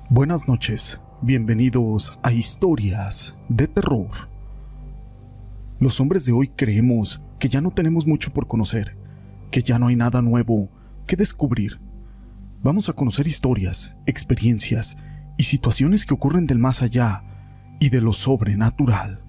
Buenas noches, bienvenidos a Historias de Terror. Los hombres de hoy creemos que ya no tenemos mucho por conocer, que ya no hay nada nuevo que descubrir. Vamos a conocer historias, experiencias y situaciones que ocurren del más allá y de lo sobrenatural.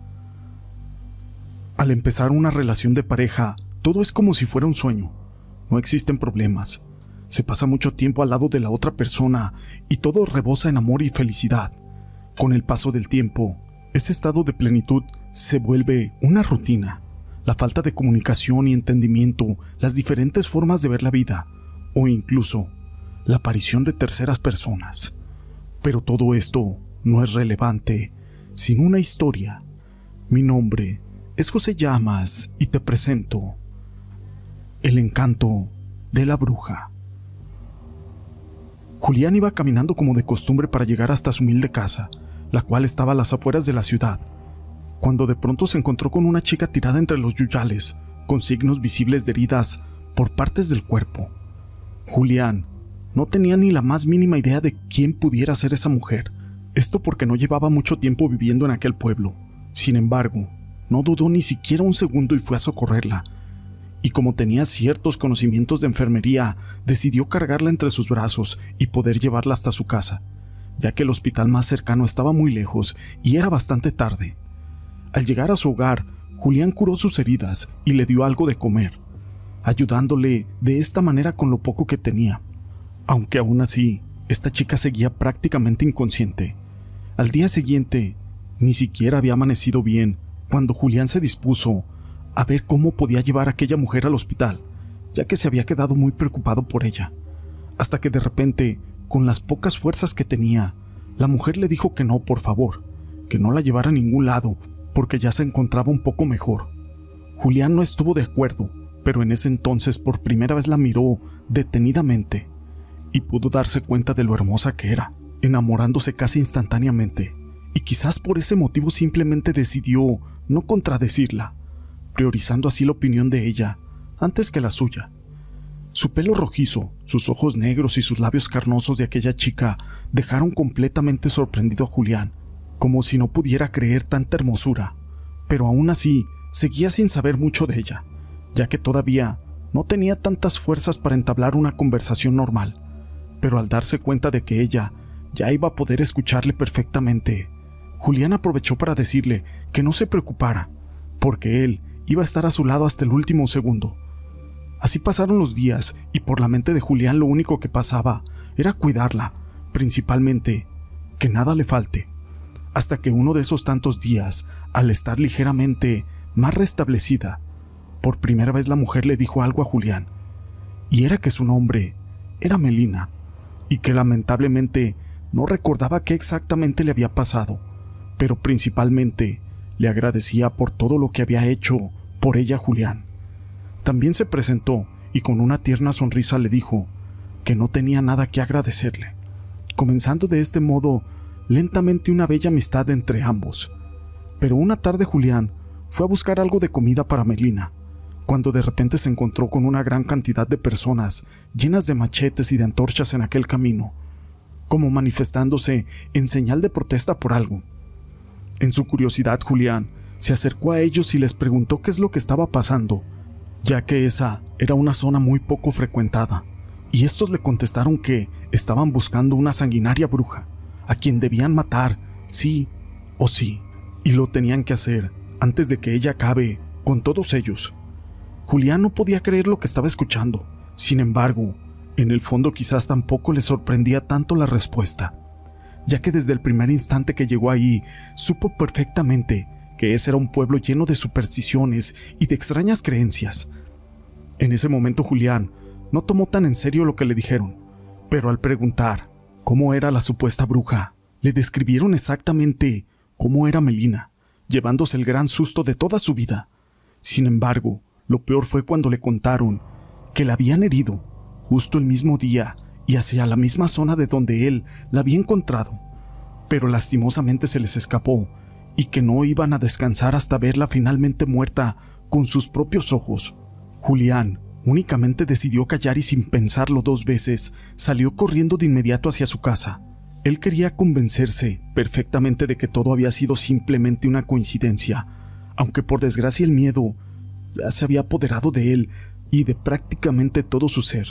Al empezar una relación de pareja, todo es como si fuera un sueño. No existen problemas. Se pasa mucho tiempo al lado de la otra persona y todo rebosa en amor y felicidad. Con el paso del tiempo, ese estado de plenitud se vuelve una rutina. La falta de comunicación y entendimiento, las diferentes formas de ver la vida, o incluso la aparición de terceras personas. Pero todo esto no es relevante sin una historia. Mi nombre es José Llamas y te presento El encanto de la bruja. Julián iba caminando como de costumbre para llegar hasta su humilde casa, la cual estaba a las afueras de la ciudad, cuando de pronto se encontró con una chica tirada entre los yuyales, con signos visibles de heridas por partes del cuerpo. Julián no tenía ni la más mínima idea de quién pudiera ser esa mujer, esto porque no llevaba mucho tiempo viviendo en aquel pueblo. Sin embargo, no dudó ni siquiera un segundo y fue a socorrerla. Y como tenía ciertos conocimientos de enfermería, decidió cargarla entre sus brazos y poder llevarla hasta su casa, ya que el hospital más cercano estaba muy lejos y era bastante tarde. Al llegar a su hogar, Julián curó sus heridas y le dio algo de comer, ayudándole de esta manera con lo poco que tenía. Aunque aún así, esta chica seguía prácticamente inconsciente. Al día siguiente, ni siquiera había amanecido bien cuando Julián se dispuso a ver cómo podía llevar a aquella mujer al hospital, ya que se había quedado muy preocupado por ella, hasta que de repente, con las pocas fuerzas que tenía, la mujer le dijo que no, por favor, que no la llevara a ningún lado, porque ya se encontraba un poco mejor. Julián no estuvo de acuerdo, pero en ese entonces por primera vez la miró detenidamente, y pudo darse cuenta de lo hermosa que era, enamorándose casi instantáneamente, y quizás por ese motivo simplemente decidió no contradecirla, priorizando así la opinión de ella antes que la suya. Su pelo rojizo, sus ojos negros y sus labios carnosos de aquella chica dejaron completamente sorprendido a Julián, como si no pudiera creer tanta hermosura, pero aún así seguía sin saber mucho de ella, ya que todavía no tenía tantas fuerzas para entablar una conversación normal. Pero al darse cuenta de que ella ya iba a poder escucharle perfectamente, Julián aprovechó para decirle que no se preocupara, porque él iba a estar a su lado hasta el último segundo. Así pasaron los días y por la mente de Julián lo único que pasaba era cuidarla, principalmente que nada le falte, hasta que uno de esos tantos días, al estar ligeramente más restablecida, por primera vez la mujer le dijo algo a Julián, y era que su nombre era Melina, y que lamentablemente no recordaba qué exactamente le había pasado, pero principalmente le agradecía por todo lo que había hecho por ella Julián. También se presentó y con una tierna sonrisa le dijo que no tenía nada que agradecerle, comenzando de este modo lentamente una bella amistad entre ambos. Pero una tarde Julián fue a buscar algo de comida para Melina, cuando de repente se encontró con una gran cantidad de personas llenas de machetes y de antorchas en aquel camino, como manifestándose en señal de protesta por algo. En su curiosidad, Julián se acercó a ellos y les preguntó qué es lo que estaba pasando, ya que esa era una zona muy poco frecuentada, y estos le contestaron que estaban buscando una sanguinaria bruja, a quien debían matar, sí o sí, y lo tenían que hacer antes de que ella acabe con todos ellos. Julián no podía creer lo que estaba escuchando. Sin embargo, en el fondo quizás tampoco le sorprendía tanto la respuesta, ya que desde el primer instante que llegó ahí, supo perfectamente que ese era un pueblo lleno de supersticiones y de extrañas creencias. En ese momento Julián no tomó tan en serio lo que le dijeron, pero al preguntar cómo era la supuesta bruja, le describieron exactamente cómo era Melina, llevándose el gran susto de toda su vida. Sin embargo, lo peor fue cuando le contaron que la habían herido justo el mismo día y hacia la misma zona de donde él la había encontrado, pero lastimosamente se les escapó y que no iban a descansar hasta verla finalmente muerta con sus propios ojos. Julián únicamente decidió callar y sin pensarlo dos veces salió corriendo de inmediato hacia su casa, Él quería convencerse perfectamente de que todo había sido simplemente una coincidencia, aunque por desgracia el miedo ya se había apoderado de él y de prácticamente todo su ser.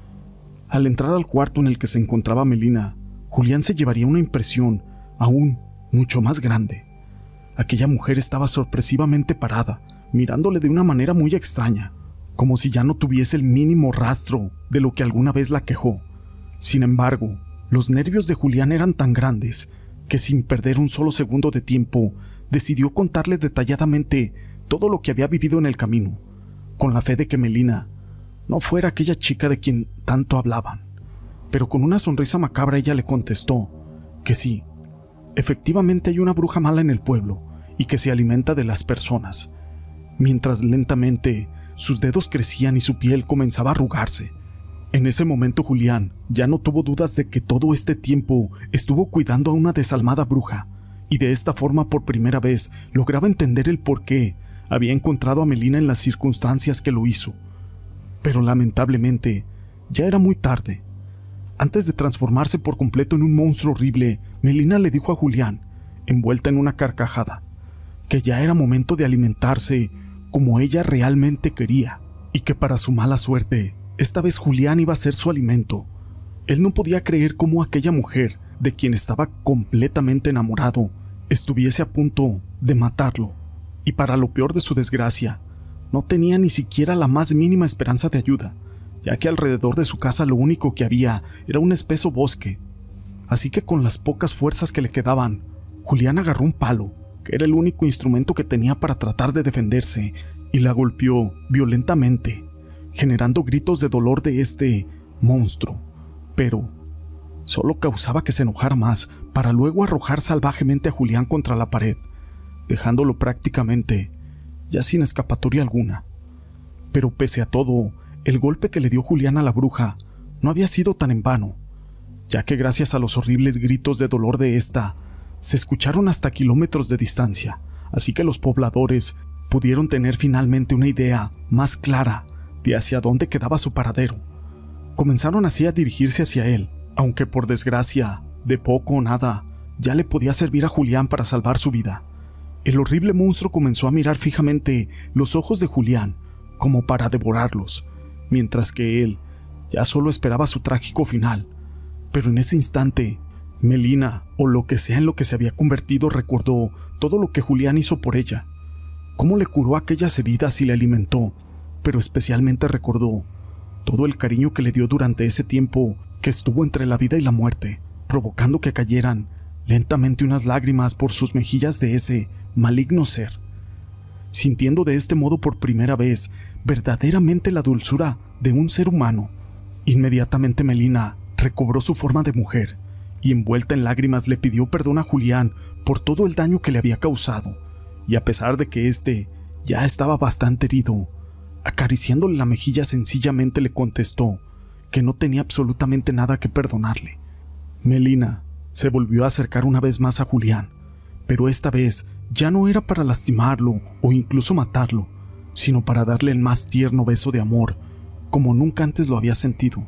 Al entrar al cuarto en el que se encontraba Melina, Julián se llevaría una impresión aún mucho más grande. Aquella mujer estaba sorpresivamente parada, mirándole de una manera muy extraña, como si ya no tuviese el mínimo rastro de lo que alguna vez la quejó. Sin embargo, los nervios de Julián eran tan grandes que sin perder un solo segundo de tiempo, decidió contarle detalladamente todo lo que había vivido en el camino, con la fe de que Melina no fuera aquella chica de quien tanto hablaban. Pero con una sonrisa macabra ella le contestó que sí, efectivamente hay una bruja mala en el pueblo y que se alimenta de las personas, mientras lentamente sus dedos crecían y su piel comenzaba a arrugarse. En ese momento Julián ya no tuvo dudas de que todo este tiempo estuvo cuidando a una desalmada bruja, y de esta forma por primera vez lograba entender el por qué había encontrado a Melina en las circunstancias que lo hizo. Pero lamentablemente ya era muy tarde. Antes de transformarse por completo en un monstruo horrible, Melina le dijo a Julián, envuelta en una carcajada, que ya era momento de alimentarse como ella realmente quería, y que para su mala suerte, esta vez Julián iba a ser su alimento. Él no podía creer cómo aquella mujer, de quien estaba completamente enamorado, estuviese a punto de matarlo. Y para lo peor de su desgracia, no tenía ni siquiera la más mínima esperanza de ayuda, ya que alrededor de su casa lo único que había era un espeso bosque. Así que con las pocas fuerzas que le quedaban, Julián agarró un palo, que era el único instrumento que tenía para tratar de defenderse, y la golpeó violentamente, generando gritos de dolor de este monstruo, pero solo causaba que se enojara más para luego arrojar salvajemente a Julián contra la pared, dejándolo prácticamente ya sin escapatoria alguna. Pero pese a todo, el golpe que le dio Julián a la bruja no había sido tan en vano, ya que gracias a los horribles gritos de dolor de esta, se escucharon hasta kilómetros de distancia, así que los pobladores pudieron tener finalmente una idea más clara de hacia dónde quedaba su paradero. Comenzaron así a dirigirse hacia él, aunque por desgracia, de poco o nada, ya le podía servir a Julián para salvar su vida. El horrible monstruo comenzó a mirar fijamente los ojos de Julián, como para devorarlos, mientras que él ya solo esperaba su trágico final. Pero en ese instante, Melina, o lo que sea en lo que se había convertido, recordó todo lo que Julián hizo por ella, cómo le curó aquellas heridas y le alimentó, pero especialmente recordó todo el cariño que le dio durante ese tiempo que estuvo entre la vida y la muerte, provocando que cayeran lentamente unas lágrimas por sus mejillas de ese maligno ser. Sintiendo de este modo por primera vez verdaderamente la dulzura de un ser humano, inmediatamente Melina recobró su forma de mujer y envuelta en lágrimas le pidió perdón a Julián por todo el daño que le había causado, y a pesar de que éste ya estaba bastante herido, acariciándole la mejilla sencillamente le contestó que no tenía absolutamente nada que perdonarle. Melina se volvió a acercar una vez más a Julián, pero esta vez ya no era para lastimarlo o incluso matarlo, sino para darle el más tierno beso de amor, como nunca antes lo había sentido.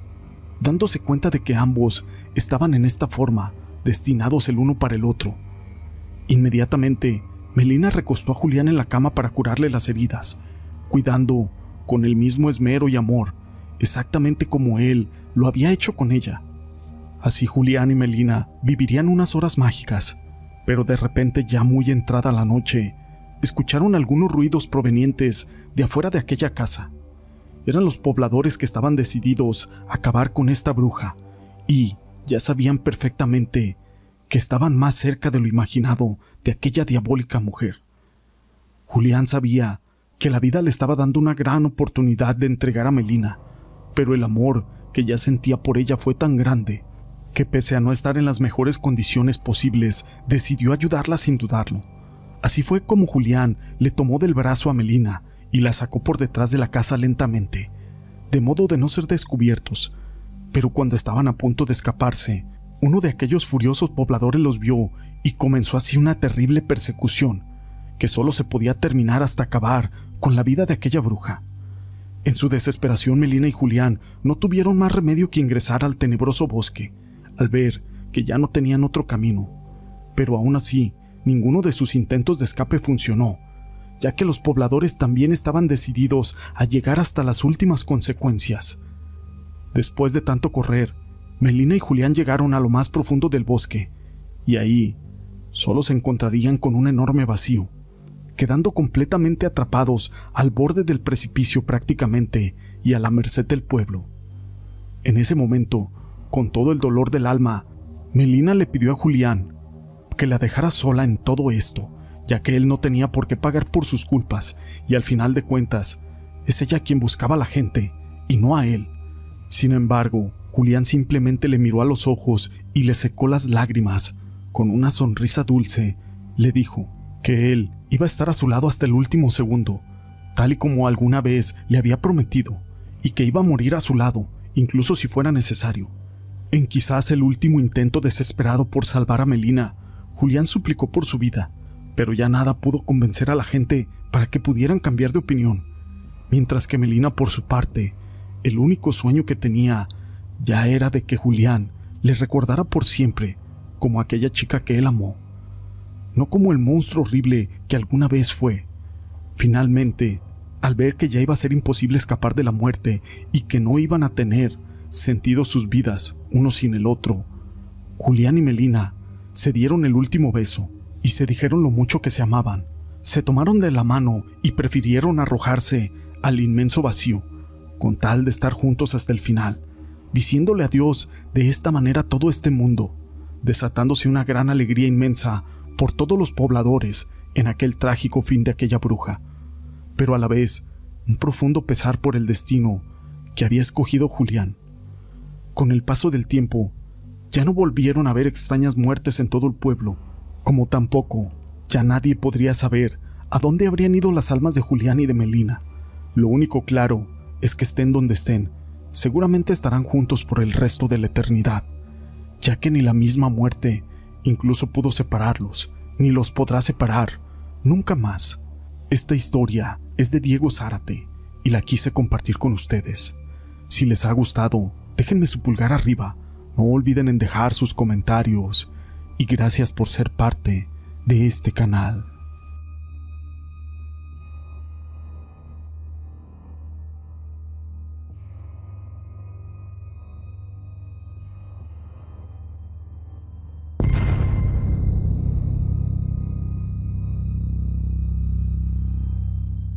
Dándose cuenta de que ambos estaban en esta forma, destinados el uno para el otro. Inmediatamente, Melina recostó a Julián en la cama para curarle las heridas, cuidando con el mismo esmero y amor, exactamente como él lo había hecho con ella. Así Julián y Melina vivirían unas horas mágicas, pero de repente, ya muy entrada la noche, escucharon algunos ruidos provenientes de afuera de aquella casa. Eran los pobladores que estaban decididos a acabar con esta bruja, y ya sabían perfectamente que estaban más cerca de lo imaginado de aquella diabólica mujer. Julián sabía que la vida le estaba dando una gran oportunidad de entregar a Melina, pero el amor que ya sentía por ella fue tan grande que, pese a no estar en las mejores condiciones posibles, decidió ayudarla sin dudarlo. Así fue como Julián le tomó del brazo a Melina y la sacó por detrás de la casa lentamente, de modo de no ser descubiertos. Pero cuando estaban a punto de escaparse, uno de aquellos furiosos pobladores los vio y comenzó así una terrible persecución, que solo se podía terminar hasta acabar con la vida de aquella bruja. En su desesperación, Melina y Julián no tuvieron más remedio que ingresar al tenebroso bosque, al ver que ya no tenían otro camino. Pero aún así, ninguno de sus intentos de escape funcionó, ya que los pobladores también estaban decididos a llegar hasta las últimas consecuencias. Después de tanto correr, Melina y Julián llegaron a lo más profundo del bosque, y ahí solo se encontrarían con un enorme vacío, quedando completamente atrapados al borde del precipicio prácticamente y a la merced del pueblo. En ese momento, con todo el dolor del alma, Melina le pidió a Julián que la dejara sola en todo esto, ya que él no tenía por qué pagar por sus culpas, y al final de cuentas, es ella quien buscaba a la gente, y no a él. Sin embargo, Julián simplemente le miró a los ojos y le secó las lágrimas. Con una sonrisa dulce, le dijo que él iba a estar a su lado hasta el último segundo, tal y como alguna vez le había prometido, y que iba a morir a su lado, incluso si fuera necesario. En quizás el último intento desesperado por salvar a Melina, Julián suplicó por su vida, pero ya nada pudo convencer a la gente para que pudieran cambiar de opinión, mientras que Melina, por su parte, el único sueño que tenía ya era de que Julián le recordara por siempre como aquella chica que él amó, no como el monstruo horrible que alguna vez fue. Finalmente, al ver que ya iba a ser imposible escapar de la muerte y que no iban a tener sentido sus vidas uno sin el otro, Julián y Melina se dieron el último beso y se dijeron lo mucho que se amaban. Se tomaron de la mano y prefirieron arrojarse al inmenso vacío, con tal de estar juntos hasta el final, diciéndole adiós de esta manera a todo este mundo, desatándose una gran alegría inmensa por todos los pobladores en aquel trágico fin de aquella bruja, pero a la vez un profundo pesar por el destino que había escogido Julián. Con el paso del tiempo, ya no volvieron a haber extrañas muertes en todo el pueblo, como tampoco ya nadie podría saber a dónde habrían ido las almas de Julián y de Melina. Lo único claro es que estén donde estén, seguramente estarán juntos por el resto de la eternidad, ya que ni la misma muerte incluso pudo separarlos, ni los podrá separar, nunca más. Esta historia es de Diego Zárate y la quise compartir con ustedes. Si les ha gustado, déjenme su pulgar arriba, no olviden en dejar sus comentarios y gracias por ser parte de este canal.